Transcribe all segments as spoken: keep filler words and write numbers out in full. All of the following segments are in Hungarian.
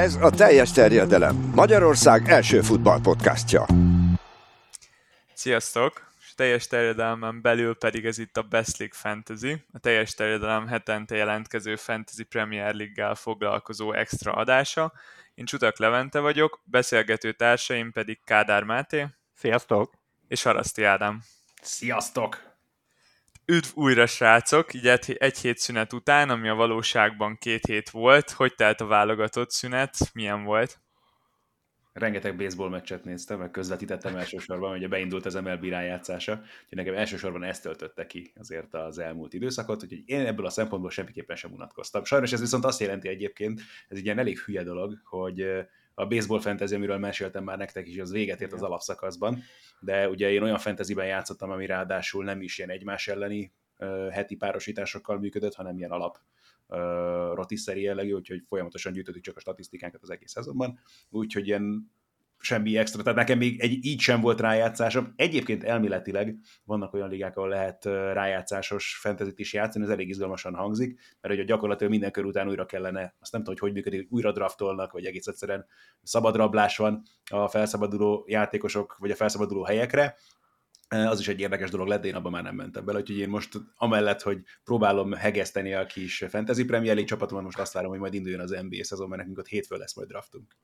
Ez a Teljes Terjedelem, Magyarország első futballpodcastja. Sziasztok! És teljes terjedelmen belül pedig ez itt a Best League Fantasy, a teljes terjedelem hetente jelentkező Fantasy Premier League-gel foglalkozó extra adása. Én Csutak Levente vagyok, beszélgető társaim pedig Kádár Máté. Sziasztok! És Haraszti Ádám. Sziasztok! Üdv újra, srácok! Így egy hét szünet után, ami a valóságban két hét volt. Hogy telt a válogatott szünet? Milyen volt? Rengeteg baseball meccset néztem, meg közvetítettem elsősorban, ugye beindult az em el bé rájátszása, úgyhogy nekem elsősorban ezt töltötte ki azért az elmúlt időszakot, úgyhogy én ebből a szempontból semmiképpen sem unatkoztam. Sajnos ez viszont azt jelenti egyébként, ez egy ilyen elég hülye dolog, hogy a baseball fantasy, amiről meséltem már nektek is, az véget ért az alapszakaszban, de ugye én olyan fantasyben játszottam, ami ráadásul nem is ilyen egymás elleni uh, heti párosításokkal működött, hanem ilyen alap uh, rotiszeri jellegű, úgyhogy folyamatosan gyűjtöttük csak a statisztikánkat az egész szezonban, úgyhogy ilyen semmi extra, tehát nekem még egy, így sem volt rájátszásom. Egyébként elméletileg vannak olyan ligák, ahol lehet rájátszásos fantasyt is játszani, ez elég izgalmasan hangzik, mert hogy gyakorlatilag minden kör után újra kellene, azt nem tudom, hogy hogy működik, újra draftolnak, vagy egész egyszerűen szabadrablás van a felszabaduló játékosok, vagy a felszabaduló helyekre. Az is egy érdekes dolog lett, de én abban már nem mentem bele, úgyhogy én most amellett, hogy próbálom hegeszteni a kis Fantasy Premier League csapatomat, most azt várom, hogy majd induljon az en bé á szezon, mert nekünk ott hétfőn lesz majd draftunk.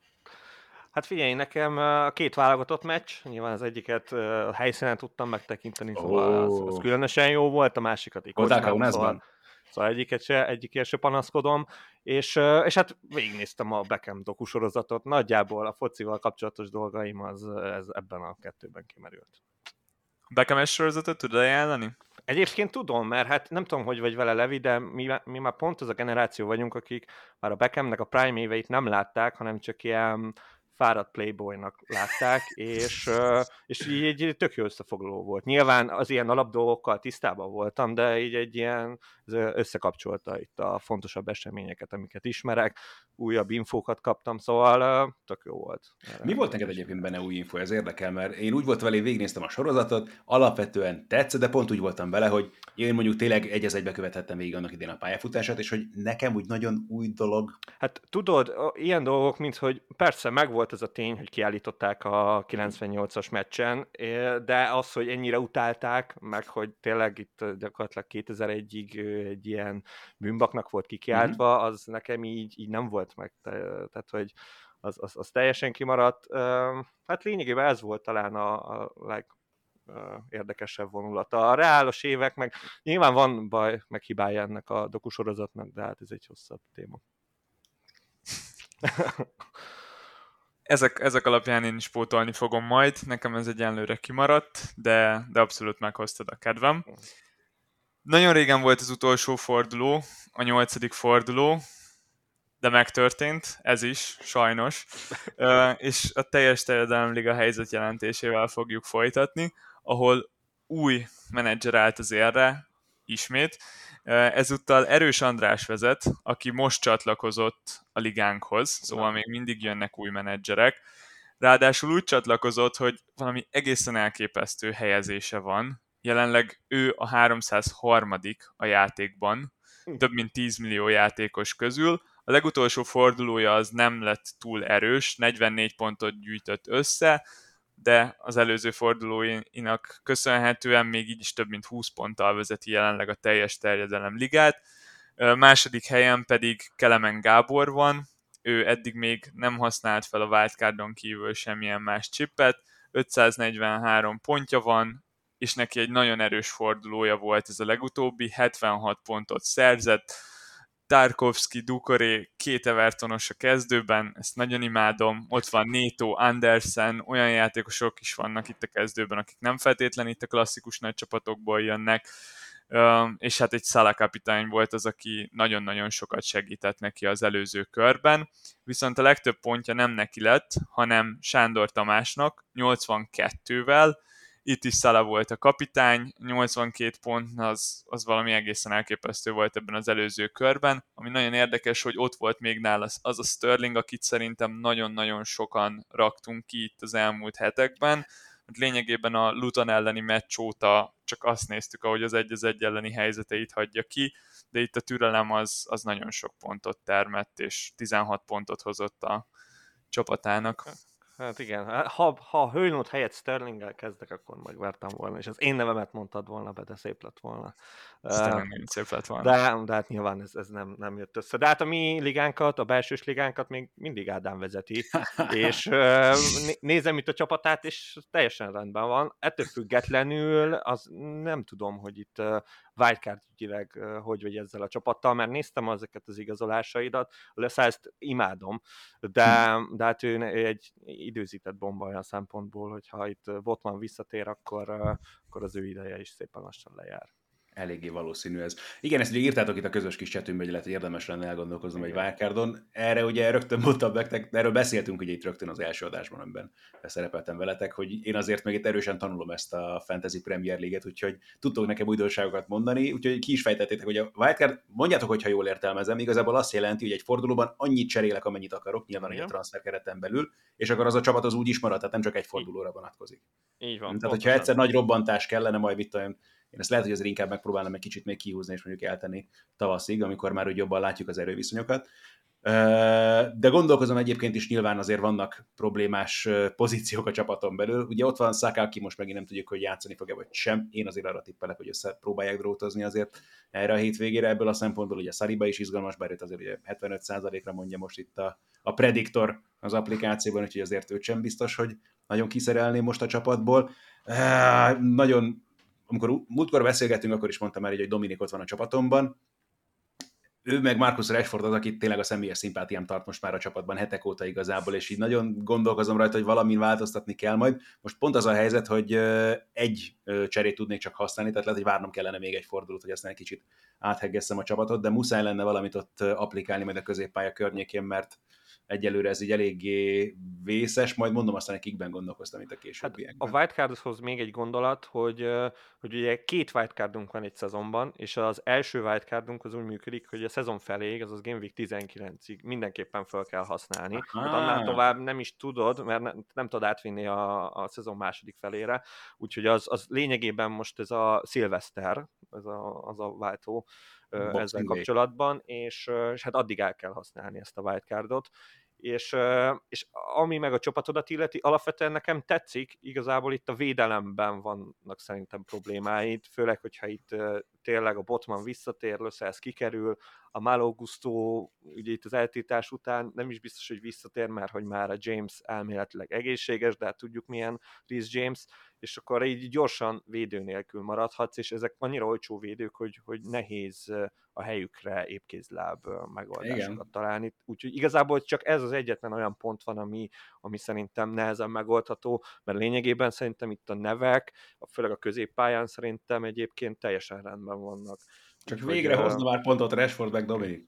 Hát figyelj, nekem a két válogatott meccs, nyilván az egyiket a helyszínen tudtam megtekinteni, szóval oh. az, az különösen jó volt, a másikat így kocsmában, szóval, szóval egyiket se, egyikért se panaszkodom, és, és hát végignéztem a Beckham dokusorozatot, nagyjából a focival kapcsolatos dolgaim az ez ebben a kettőben kimerült. Beckham-es sorozatot tudod ajánlani? Egyébként tudom, mert hát nem tudom, hogy vagy vele Levi, de mi, mi már pont az a generáció vagyunk, akik már a Beckhamnek a prime éveit nem látták, hanem csak ilyen fáradt playboynak látták, és, és így egy tök jó összefoglaló volt. Nyilván az ilyen alapdolgokkal tisztában voltam, de így egy ilyen összekapcsolta itt a fontosabb eseményeket, amiket ismerek, újabb infókat kaptam, szóval tök jó volt. Mi volt neked egyébként benne új info? Ez érdekel, mert én úgy voltam vele, végignéztem a sorozatot, alapvetően tetszett, de pont úgy voltam vele, hogy én mondjuk tényleg egy az egybe követhettem végig annak idén a pályafutását, és hogy nekem úgy nagyon új dolog. Hát tudod, ilyen dolgok, mint hogy persze megvolt ez a tény, hogy kiállították a kilencvennyolcas meccsen, de az, hogy ennyire utálták, meg hogy tényleg itt gyakorlatilag kétezer-egyig egy ilyen bűnbaknak volt kikiáltva, mm-hmm. az nekem így, így nem volt meg. Tehát, hogy az, az, az teljesen kimaradt. Hát lényegében ez volt talán a, a leg érdekesebb vonulata. A reálos évek, meg nyilván van baj, meg hibája ennek a dokusorozatnak, de hát ez egy hosszabb téma. Ezek, ezek alapján én is pótolni fogom majd. Nekem ez egyenlőre kimaradt, de, de abszolút meghoztad a kedvem. Nagyon régen volt az utolsó forduló, a nyolcadik forduló, de megtörtént, ez is, sajnos. És a teljes terjedelem liga helyzetjelentésével fogjuk folytatni, ahol új menedzser állt az élre, ismét. Ezúttal Erős András vezet, aki most csatlakozott a ligánkhoz, szóval még mindig jönnek új menedzserek. Ráadásul úgy csatlakozott, hogy valami egészen elképesztő helyezése van. Jelenleg ő a háromszázharmadik a játékban, több mint tíz millió játékos közül. A legutolsó fordulója az nem lett túl erős, negyvennégy pontot gyűjtött össze, de az előző fordulóinak köszönhetően még így is több mint húsz ponttal vezeti jelenleg a teljes terjedelem ligát. Második helyen pedig Kelemen Gábor van, ő eddig még nem használt fel a wildcardon kívül semmilyen más csippet, ötszáznegyvenhárom pontja van, és neki egy nagyon erős fordulója volt ez a legutóbbi, hetvenhat pontot szerzett, Tarkovsky, Ducoré, két Evertonos a kezdőben, ezt nagyon imádom, ott van Neto, Andersen, olyan játékosok is vannak itt a kezdőben, akik nem feltétlenül itt a klasszikus nagy csapatokból jönnek, és hát egy Salah kapitány volt az, aki nagyon-nagyon sokat segített neki az előző körben, viszont a legtöbb pontja nem neki lett, hanem Sándor Tamásnak, nyolcvankettővel, itt is Salah volt a kapitány, nyolcvankét pont az, az valami egészen elképesztő volt ebben az előző körben, ami nagyon érdekes, hogy ott volt még nála az a Sterling, akit szerintem nagyon-nagyon sokan raktunk ki itt az elmúlt hetekben, Lényegében a Luton elleni meccs óta csak azt néztük, ahogy az egy az egy elleni helyzeteit hagyja ki, de itt a türelem az, az nagyon sok pontot termett, és tizenhat pontot hozott a csapatának. Hát igen, ha, ha a Höjnót helyett Sterlinggel kezdek, akkor megvártam volna, és az én nevemet mondtad volna be, de szép lett volna. Ez tényleg nagyon szép lett volna. De, de hát nyilván ez, ez nem, nem jött össze. De hát a mi ligánkat, a belsős ligánkat még mindig Ádám vezeti, és uh, nézem itt a csapatát, és teljesen rendben van. Ettől függetlenül az nem tudom, hogy itt uh, wildcard ügyileg uh, hogy vagy ezzel a csapattal, mert néztem ezeket az igazolásaidat, lesz ezt imádom, de, de hát ő egy időzített bomba olyan szempontból, hogyha itt Botman visszatér, akkor, uh, akkor az ő ideje is szépen lassan lejár. Eléggé valószínű ez. Igen, ezt ugye írtátok itt a közös kis csetünkbe, hogy lehet, hogy érdemes lenne elgondolkoznom egy wildcardon. Erre ugye rögtön mondtam nektek, de erről beszéltünk ugye itt rögtön az első adásban, amiben szerepeltem veletek, hogy én azért még itt erősen tanulom ezt a Fantasy Premier League-et, úgyhogy tudtok nekem újdonságokat mondani, úgyhogy ki is fejtettétek, hogy a wildcard, mondjátok, hogyha jól értelmezem, igazából azt jelenti, hogy egy fordulóban annyit cserélek, amennyit akarok, nyilván egy transfer kereten belül, és akkor az a csapat az úgy is marad, tehát nem csak egy fordulóra vonatkozik. Így van. Tehát, hogyha egyszer nagy robbantás kellene, majd mit olyan, én ezt lehet, hogy azért inkább megpróbálnám egy kicsit még kihúzni, és mondjuk eltenni tavaszig, amikor már úgy jobban látjuk az erőviszonyokat. De gondolkozom egyébként is, nyilván azért vannak problémás pozíciók a csapaton belül. Ugye ott van Saka, aki most megint nem tudjuk, hogy játszani fog-e vagy sem. Én azért arra tippelek, hogy összepróbálják drótozni azért erre a hétvégére. Ebből a szempontból ugye Saliba is izgalmas, bár őt azért ugye hetvenöt százalékra mondja most itt a, a Predictor az applikációban, úgyhogy azért őt sem biztos, hogy nagyon kiszerelném most a csapatból. Uh, nagyon, amikor múltkor beszélgettünk, akkor is mondtam már, hogy Dominik ott van a csapatomban. Ő meg Marcus Rashford az, akit tényleg a személyes szimpátiám tart most már a csapatban hetek óta igazából, és így nagyon gondolkozom rajta, hogy valamin változtatni kell majd. Most pont az a helyzet, hogy egy cserét tudnék csak használni, tehát lehet, hogy várnom kellene még egy fordulót, hogy aztán egy kicsit átheggesszem a csapatot, de muszáj lenne valamit ott applikálni majd a középpálya környékén, mert egyelőre ez így eléggé vészes, majd mondom aztán, hogy kikben gondolkoztam itt a későbbiekben. Hát a wildcardhoz még egy gondolat, hogy, hogy ugye két wildcardunk van egy szezonban, és az első wildcardunk az úgy működik, hogy a szezon feléig, azaz Game Week tizenkilencig mindenképpen fel kell használni. Hát annál tovább nem is tudod, mert ne, nem tudod átvinni a, a szezon második felére, úgyhogy az, az lényegében most ez a szilveszter, ez a, az a váltó Boxing ezzel kapcsolatban, és, és hát addig el kell használni ezt a wildcardot. És, és ami meg a csapatodat illeti, alapvetően nekem tetszik, igazából itt a védelemben vannak szerintem problémáid, főleg, hogyha itt tényleg a Botman visszatér, Löszelsz kikerül, a Malo Gusto ugye itt az eltiltás után nem is biztos, hogy visszatér, mert hogy már a James elméletileg egészséges, de hát tudjuk milyen Reece James, és akkor így gyorsan védő nélkül maradhatsz, és ezek annyira olcsó védők, hogy, hogy nehéz a helyükre épkézláb megoldásokat Igen. találni. Úgyhogy igazából csak ez az egyetlen olyan pont van, ami, ami szerintem nehezen megoldható, mert lényegében szerintem itt a nevek, főleg a középpályán szerintem egyébként teljesen rendben vannak. Csak Úgy, végre hogy, hozna uh... már pontot Rashford meg Dominik.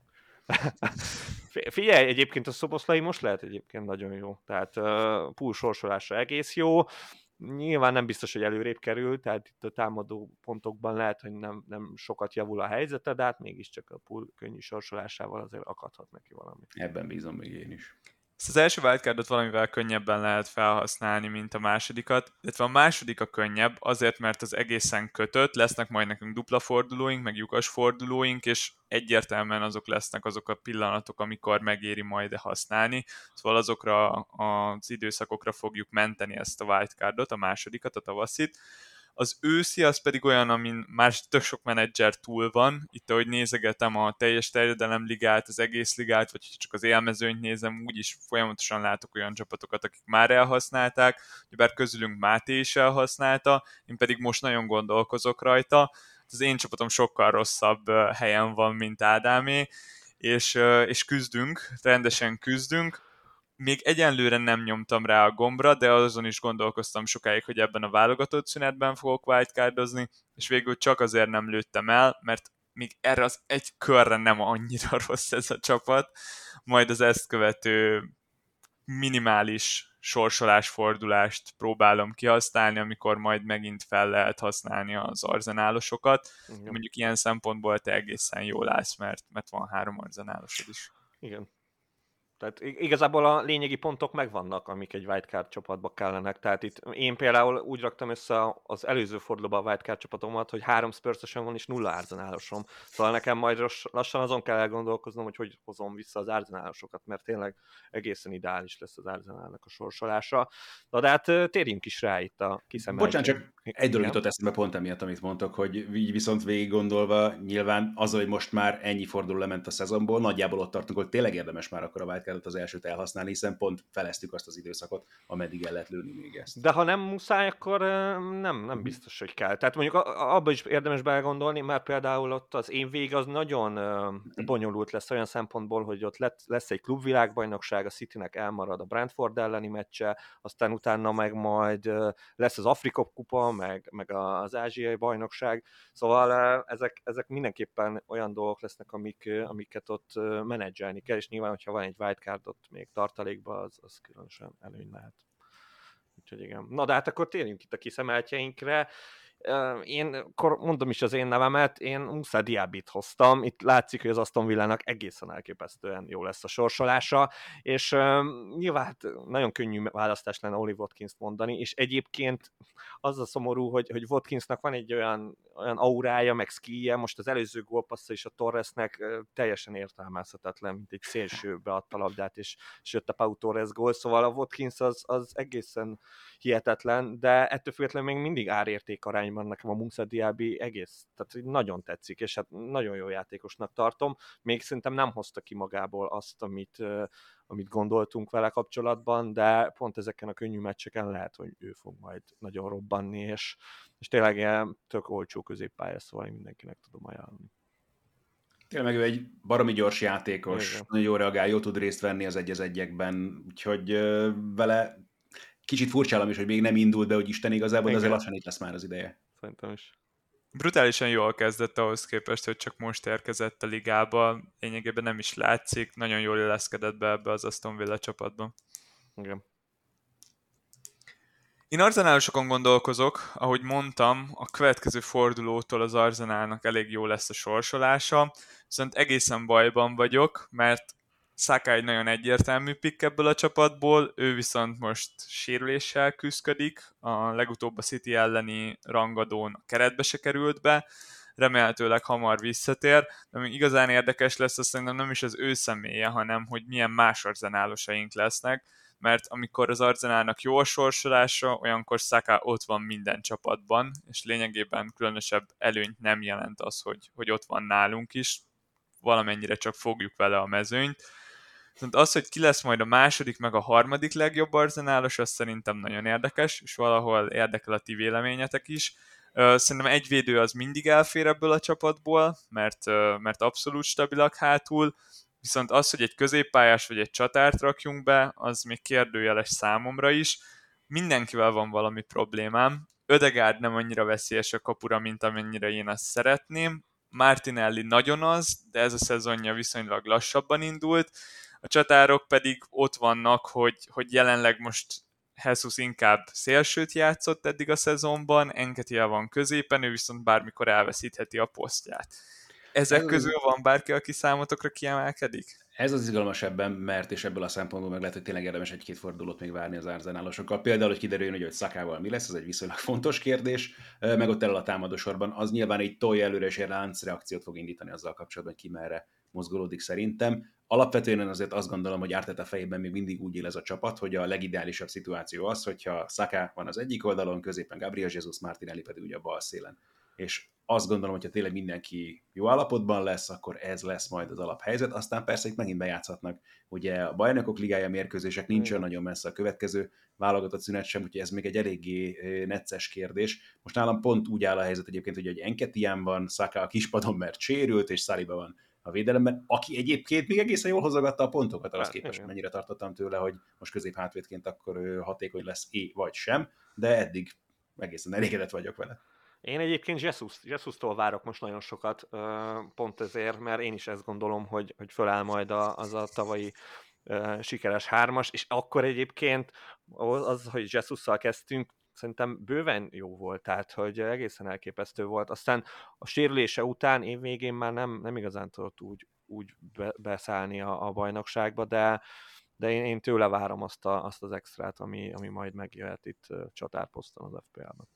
Figyelj, egyébként a Szoboszlai most lehet egyébként nagyon jó. Tehát uh, pool sorsolásra egész jó. Nyilván nem biztos, hogy előrébb kerül, tehát itt a támadó pontokban lehet, hogy nem, nem sokat javul a helyzete, de hát mégiscsak a pool könnyű sorsolásával azért akadhat neki valami. Ebben bízom még én is. Ezt az első wildcardot valamivel könnyebben lehet felhasználni, mint a másodikat, illetve a második a könnyebb, azért, mert az egészen kötött, lesznek majd nekünk dupla fordulóink, meg lyukas fordulóink, és egyértelműen azok lesznek azok a pillanatok, amikor megéri majd használni, szóval azokra az időszakokra fogjuk menteni ezt a wildcardot, a másodikat, a tavaszit. Az őszi az pedig olyan, amin már tök sok menedzser túl van. Itt, ahogy nézegetem a teljes terjedelem ligát, az egész ligát, vagy csak az élmezőnyt nézem, úgyis folyamatosan látok olyan csapatokat, akik már elhasználták, bár közülünk Máté is elhasználta, én pedig most nagyon gondolkozok rajta. Az én csapatom sokkal rosszabb helyen van, mint Ádámé, és, és küzdünk, rendesen küzdünk. Még egyenlőre nem nyomtam rá a gombra, de azon is gondolkoztam sokáig, hogy ebben a válogatott szünetben fogok wildcardozni, és végül csak azért nem lőttem el, mert még erre az egy körre nem annyira rossz ez a csapat, majd az ezt követő minimális sorsolásfordulást próbálom kihasználni, amikor majd megint fel lehet használni az arzenálosokat. Igen. Mondjuk ilyen szempontból te egészen jól állsz, mert, mert van három arzenálosod is. Igen. Tehát igazából a lényegi pontok megvannak, amik egy wildcard csapatba kellenek. Tehát itt én például úgy raktam össze az előző fordulóban a wildcard csapatomat, hogy három Spurs-ösem van és nulla Arsenalos-om. Szóval nekem majd lassan azon kell elgondolkoznom, hogy hogy hozom vissza az Arsenalosokat, mert tényleg egészen ideális lesz az Arsenalnak a sorsolása. Na de hát térjünk is rá itt a kiszemeltjén. Bocsánat, csak egy dolog jutott eszembe pont emiatt, amit mondtok, hogy így viszont végig gondolva, nyilván az, hogy most már ennyi forduló lement a szezonból, nagyjából ott tartunk, hogy tényleg érdemes már akkor a wildcardot az elsőt elhasználni, hiszen pont feleztük azt az időszakot, ameddig el lehet lőni még ezt. De ha nem muszáj, akkor nem, nem biztos, hogy kell. Tehát mondjuk abban is érdemes belegondolni, mert például ott az év vége az nagyon bonyolult lesz olyan szempontból, hogy ott lesz egy klubvilágbajnokság, a Citynek elmarad a Brentford elleni meccse, aztán utána meg majd lesz az Afrika kupa, meg, meg az ázsiai bajnokság, szóval ezek, ezek mindenképpen olyan dolgok lesznek, amik, amiket ott menedzselni kell, és nyilván, hogyha van egy wildcardot még tartalékba, az, az különösen előny lehet. Úgyhogy igen. Na de hát akkor térjünk itt a kiszemeltjeinkre. Én akkor mondom is az én nevemet, én Moussa Diabit hoztam, itt látszik, hogy az Aston Villának egészen elképesztően jó lesz a sorsolása, és uh, nyilván nagyon könnyű választás lenne Oli Watkins-t mondani, és egyébként az a szomorú, hogy, hogy Watkinsnak van egy olyan, olyan aurája, meg skije, most az előző gólpassza is a Torresnek uh, teljesen értelmezhetetlen, mint egy szélső beadta labdát, és, és jött a Pau Torres gól, szóval a Watkins az, az egészen hihetetlen, de ettől függetlenül még mindig árérték arányban nekem a Moussa Diaby egész, tehát nagyon tetszik, és hát nagyon jó játékosnak tartom. Még szerintem nem hozta ki magából azt, amit, amit gondoltunk vele kapcsolatban, de pont ezeken a könnyű meccseken lehet, hogy ő fog majd nagyon robbanni, és, és tényleg ilyen tök olcsó középpálya, szóval mindenkinek tudom ajánlani. Tényleg meg ő egy baromi gyors játékos, igen. Nagyon jól reagál, jól tud részt venni az egy-egyekben, úgyhogy vele kicsit furcsálom is, hogy még nem indult be, hogy Isten igazából, de azért lassan itt lesz már az ideje. Szerintem is. Brutálisan jól kezdett ahhoz képest, hogy csak most érkezett a ligába, lényegében nem is látszik, nagyon jól illeszkedett be ebbe az Aston Villa csapatba. Igen. Én Arsenalosokon gondolkozok, ahogy mondtam, a következő fordulótól az Arsenalnak elég jó lesz a sorsolása, viszont egészen bajban vagyok, mert Saka egy nagyon egyértelmű pick ebből a csapatból, ő viszont most sérüléssel küszködik, a legutóbb a City elleni rangadón a keretbe se került be, remélhetőleg hamar visszatér, de ami igazán érdekes lesz, azt szerintem nem is az ő személye, hanem hogy milyen más arzenálosaink lesznek, mert amikor az Arsenalnak jó a sorsolása, olyankor Saka ott van minden csapatban, és lényegében különösebb előnyt nem jelent az, hogy, hogy ott van nálunk is, valamennyire csak fogjuk vele a mezőnyt. Szóval az, hogy ki lesz majd a második meg a harmadik legjobb arzenálos, az szerintem nagyon érdekes, és valahol érdekel a ti véleményetek is. Szerintem egy védő az mindig elfér ebből a csapatból, mert, mert abszolút stabilak hátul, viszont az, hogy egy középpályás vagy egy csatárt rakjunk be, az még kérdőjeles számomra is. Mindenkivel van valami problémám. Ödegaard nem annyira veszélyes a kapura, mint amennyire én azt szeretném. Martinelli nagyon az, de ez a szezonja viszonylag lassabban indult. A csatárok pedig ott vannak, hogy, hogy jelenleg most Jesus inkább szélsőt játszott eddig a szezonban, Enketia van középen, ő viszont bármikor elveszítheti a posztját. Ezek ez közül van bárki, aki számotokra kiemelkedik? Ez az izgalmas ebben, mert és ebből a szempontból meg lehet, hogy tényleg érdemes egy-két fordulót még várni az Arsenálosokkal. Például, hogy kiderüljön, hogy, hogy Sakával mi lesz, ez egy viszonylag fontos kérdés, meg ott el a támadósorban, az nyilván egy tolja előre és egy láncreakciót fog indítani azzal kapcsolatban, hogy ki merre mozgolódik szerintem. Alapvetően azért azt gondolom, hogy Arteta fejében még mindig úgy él ez a csapat, hogy a legideálisabb szituáció az, hogyha Saka van az egyik oldalon, középen Gabriel Jesus, Martinelli pedig ugye a bal szélen. És azt gondolom, hogyha tényleg mindenki jó állapotban lesz, akkor ez lesz majd az alaphelyzet. Aztán persze itt megint bejátszhatnak. Ugye a Bajnokok Ligája mérkőzések nincs olyan nagyon messze a következő válogatott szünet sem, úgyhogy ez még egy eléggé necces kérdés. Most nálam pont úgy áll a helyzet egyébként, hogy egy Enketián van, Saka a kispadon, mert sérült, és Saliba van a védelemben, aki egyébként még egészen jól hozogatta a pontokat, ahhoz képest, hogy mennyire tartottam tőle, hogy most középhátvédként akkor hatékony lesz é vagy sem, de eddig egészen elégedett vagyok vele. Én egyébként Jesus, Jesus-tól várok most nagyon sokat, pont ezért, mert én is ezt gondolom, hogy, hogy föláll majd a, az a tavalyi sikeres hármas, és akkor egyébként az, hogy Jesus-szal kezdtünk, szerintem bőven jó volt, tehát hogy egészen elképesztő volt. Aztán a sérülése után év végén már nem, nem igazán tudott úgy úgy be, beszállni a, a bajnokságba, de, de én, én tőle várom azt, a, azt az extrát, ami, ami majd megjöhet itt csatárposzton az ef pé el-ben.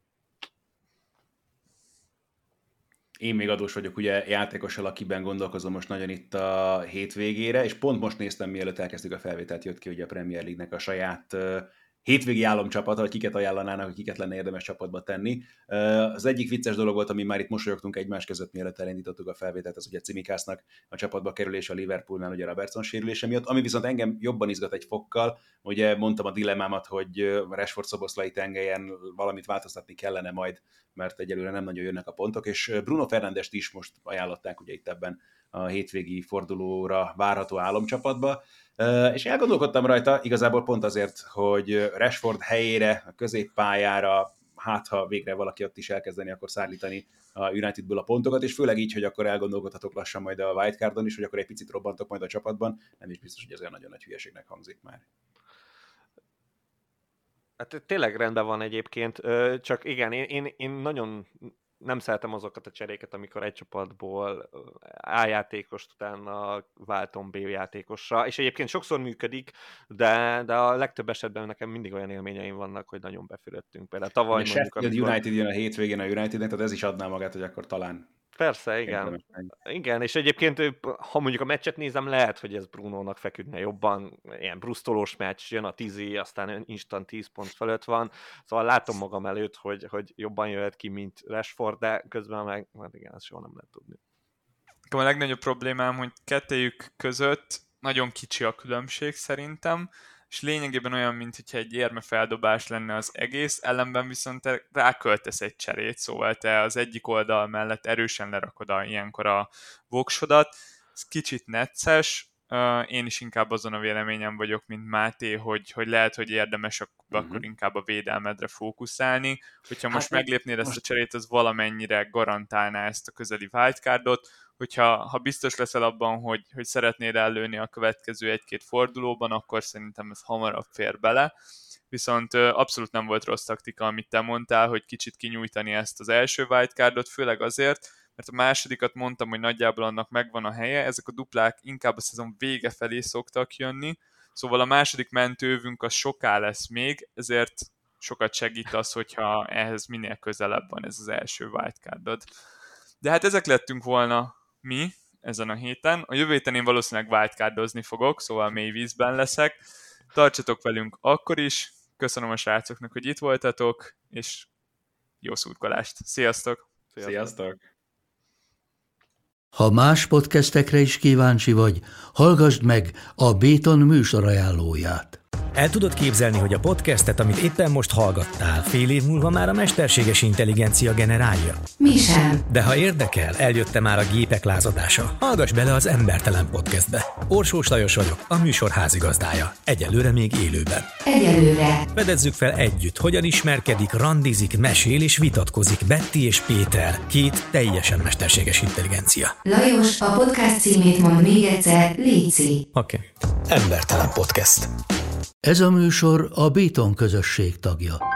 Én még adós vagyok ugye játékossal, akiben gondolkozom most nagyon itt a hétvégére, és pont most néztem, mielőtt elkezdtük a felvételt, jött ki ugye a Premier League-nek a saját uh, hétvégi álomcsapata, hogy kiket ajánlanának, hogy kiket lenne érdemes csapatba tenni. Uh, az egyik vicces dolog volt, ami már itt mosolyogtunk egymás között, mielőtt elindítottuk a felvételt, az ugye Cimikásznak a csapatba kerülés a Liverpoolnál ugye Robertson sérülése miatt, ami viszont engem jobban izgat egy fokkal. Ugye mondtam a dilemmámat, hogy Rashford Szoboszlai tengelyen valamit változtatni kellene majd, mert egyelőre nem nagyon jönnek a pontok, és Bruno Fernandest is most ajánlották ugye itt ebben a hétvégi fordulóra várható álomcsapatba, és elgondolkodtam rajta igazából pont azért, hogy Rashford helyére, a középpályára, hát ha végre valaki ott is elkezdeni, akkor szállítani a Unitedből a pontokat, és főleg így, hogy akkor elgondolkodhatok lassan majd a wildcardon is, hogy akkor egy picit robbantok majd a csapatban, nem is biztos, hogy ez olyan nagyon nagy hülyeségnek hangzik már. Hát tényleg rendben van egyébként, csak igen, én, én, én nagyon nem szeretem azokat a cseréket, amikor egy csapatból A játékost utána váltom B játékosra, és egyébként sokszor működik, de, de a legtöbb esetben nekem mindig olyan élményeim vannak, hogy nagyon befülöttünk. Például tavaly a mondjuk, amikor... United jön a hétvégén a Unitednek, tehát ez is adná magát, hogy akkor talán... Persze, igen. Igen, és egyébként, ha mondjuk a meccset nézem, lehet, hogy ez Brunónak feküdne jobban, ilyen brusztolós meccs, jön a tízi, aztán instant tíz pont fölött van, szóval látom magam előtt, hogy, hogy jobban jöhet ki, mint Rashford, de közben meg, hát igen, ezt soha nem lehet tudni. A legnagyobb problémám, hogy kettejük között nagyon kicsi a különbség szerintem, és lényegében olyan, mint hogyha egy érmefeldobás lenne az egész, ellenben viszont te ráköltesz egy cserét, szóval te az egyik oldal mellett erősen lerakod a, ilyenkor a voksodat, ez kicsit necces, én is inkább azon a véleményem vagyok, mint Máté, hogy, hogy lehet, hogy érdemes akkor, uh-huh. akkor inkább a védelmedre fókuszálni, hogyha most hát meglépnéd most... ezt a cserét, az valamennyire garantálná ezt a közeli wildcardot, hogyha ha biztos leszel abban, hogy, hogy szeretnéd ellőni a következő egy-két fordulóban, akkor szerintem ez hamarabb fér bele. Viszont abszolút nem volt rossz taktika, amit te mondtál, hogy kicsit kinyújtani ezt az első wildcardot, főleg azért, mert a másodikat mondtam, hogy nagyjából annak megvan a helye, ezek a duplák inkább a szezon vége felé szoktak jönni, szóval a második mentővünk az soká lesz még, ezért sokat segít az, hogyha ehhez minél közelebb van ez az első wildcardod. De hát ezek lettünk volna mi ezen a héten. A jövő héten én valószínűleg wildcardozni fogok, szóval mély vízben leszek. Tartsatok velünk akkor is. Köszönöm a srácoknak, hogy itt voltatok, és jó szurkolást. Sziasztok! Sziasztok! Sziasztok. Ha más podcastekre is kíváncsi vagy, hallgassd meg a Béton műsor ajánlóját. El tudod képzelni, hogy a podcastet, amit éppen most hallgattál, fél év múlva már a mesterséges intelligencia generálja? Mi sem. De ha érdekel, eljött már a gépek lázadása. Hallgass bele az Embertelen Podcastbe. Orsós Lajos vagyok, a műsor házigazdája. Egyelőre még élőben. Egyelőre. Fedezzük fel együtt, hogyan ismerkedik, randizik, mesél és vitatkozik Betty és Péter, két teljesen mesterséges intelligencia. Lajos, a podcast címét mond még egyszer, léci. Oké. Okay. Embertelen Podcast. Ez a műsor a Béton közösség tagja.